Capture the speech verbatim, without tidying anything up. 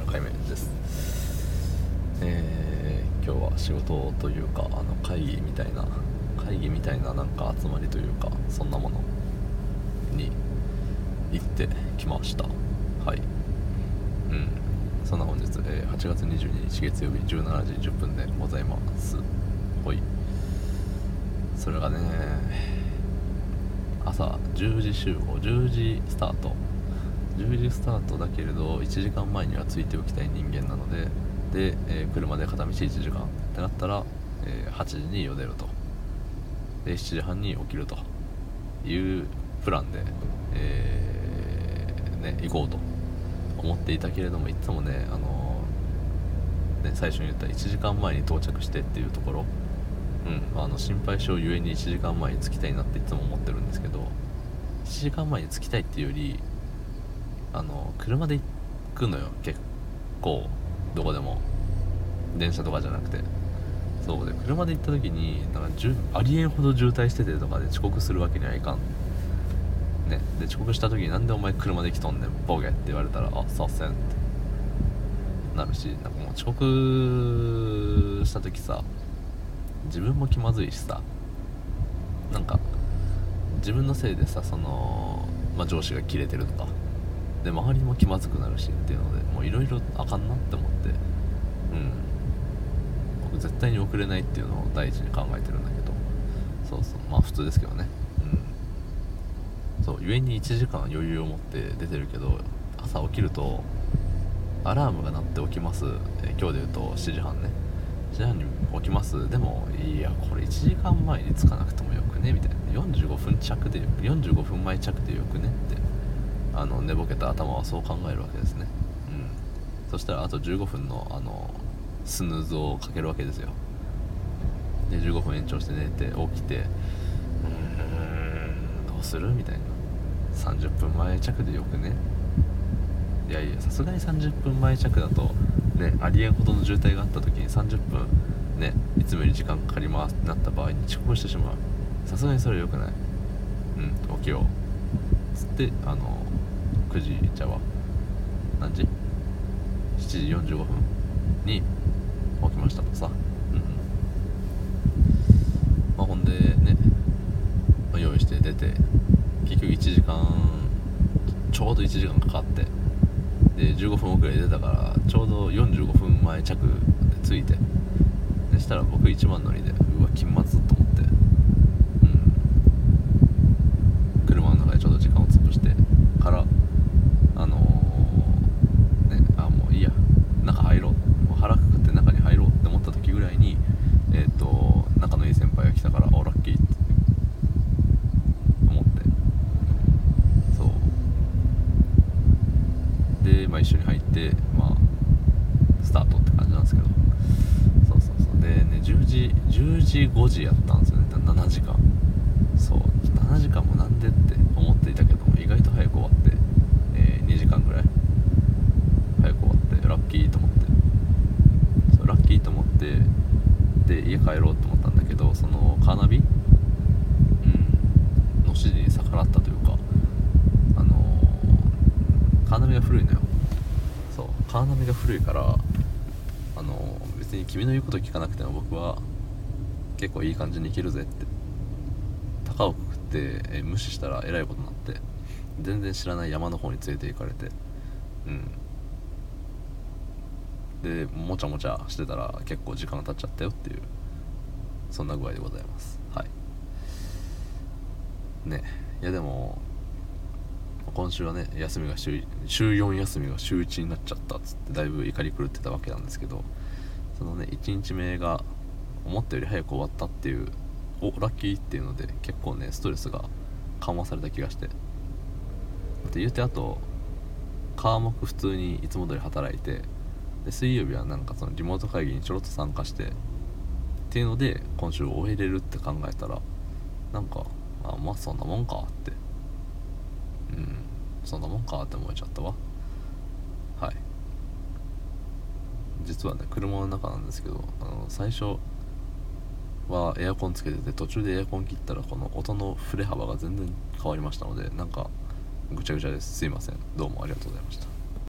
回目です。えー、今日は仕事というかあの会議みたいな会議みたいななんか集まりというかそんなものに行ってきました。はい。うん。そんな本日、えー、はちがつにじゅうににち月曜日じゅうしちじじゅっぷんでございます。ほい。それがね、朝じゅうじ集合、じゅうじスタート。じゅうじスタートだけれどいちじかんまえには着いておきたい人間なので、で、えー車で片道いちじかんってなったら、えーはちじに家を出ると。でしちじはんに起きるというプランで、えーね、行こうと思っていたけれども、いつもね、あのーね最初に言ったいちじかんまえに到着してっていうところ、うん、あの心配性ゆえにいちじかんまえに着きたいなっていつも思ってるんですけど、いちじかんまえに着きたいっていうより、あの車で行くのよ、結構どこでも、電車とかじゃなくて。そうで、車で行った時になんかじゅありえんほど渋滞しててとかで遅刻するわけにはいかんね。で遅刻した時になんでお前車で来とんねんボケって言われたら、あさっせんってなるし、なんかもう遅刻した時さ、自分も気まずいしさ、なんか自分のせいでさ、その、まあ、上司がキレてるとかで周りも気まずくなるしっていうので、もういろいろあかんなって思って、うん僕絶対に遅れないっていうのを第一に考えてるんだけど、そうそう、まあ普通ですけどね。うんそう、故にいちじかん余裕を持って出てるけど、朝起きるとアラームが鳴って起きます、えー今日で言うとしちじはんね、しちじはんに起きます。でもいや、これいちじかんまえに着かなくてもよくねみたいな、よんじゅうごふん着でよくよんじゅうごふんまえ着でよくねって、あの寝ぼけた頭はそう考えるわけですね。うんそしたらあとじゅうごふんのあのスヌーズをかけるわけですよ。でじゅうごふん延長して寝て起きて、うーんどうするみたいな、さんじゅっぷんまえ着でよくね。いやいや、さすがにさんじゅっぷんまえ着だとね、ありえんほどの渋滞があった時にさんじゅっぷんね、いつもより時間かかりますってなった場合に遅刻してしまう。さすがにそれは良くない。うん起きようつって、あのくじじゃあ何時しちじよんじゅうごふんに起きましたとさ。うんまあ、ほんでね、まあ用意して出て、結局いちじかんちょうどいちじかんかかって、でじゅうごふん遅れで出たからちょうどよんじゅうごふんまえ着で着いて、でしたら僕いちばん乗りで、うわ金末と思って、うん車の中でちょっと時間を潰してからあのー、ねあもういいや、中入ろう、もう腹くくって中に入ろうって思った時ぐらいに、えっ、と仲のいい先輩が来たから、おラッキーって思って、そうで、まあ、一緒に入って、まあ、スタートって感じなんですけど、そうそうそうでね、じゅうじじゅうじごじやったんですよね、ななじかん。そうななじかんもなんでって思っていたけども、意外と早く終わって、えー、にじかんぐらい早く終わってラッキーと思って、そうラッキーと思って、で家帰ろうと思ったんだけど、そのカーナビ、うん、の指示に逆らったというか、あのーカーナビが古いのよ。そうカーナビが古いから、あのー別に君の言うこと聞かなくても僕は結構いい感じにいけるぜって、高をくくって、えー無視したらえらいことになって、全然知らない山の方に連れて行かれて、うんでもちゃもちゃしてたら結構時間経っちゃったよっていう、そんな具合でございます。はいね。いやでも今週はね、休みが週週よん休みが週いちになっちゃったっつってだいぶ怒り狂ってたわけなんですけど、そのねいちにちめが思ったより早く終わったっていう、おラッキーっていうので結構ねストレスが緩和された気がして、で言うて、あと科目普通にいつも通り働いて、で水曜日はなんかそのリモート会議にちょろっと参加してっていうので今週終えれるって考えたら、なんかあまあそんなもんかって、うんそんなもんかって思えちゃったわ。はい。実はね車の中なんですけど、あの最初はエアコンつけてて、途中でエアコン切ったらこの音の振れ幅が全然変わりましたので、なんかぐちゃぐちゃです。すいません。どうもありがとうございました。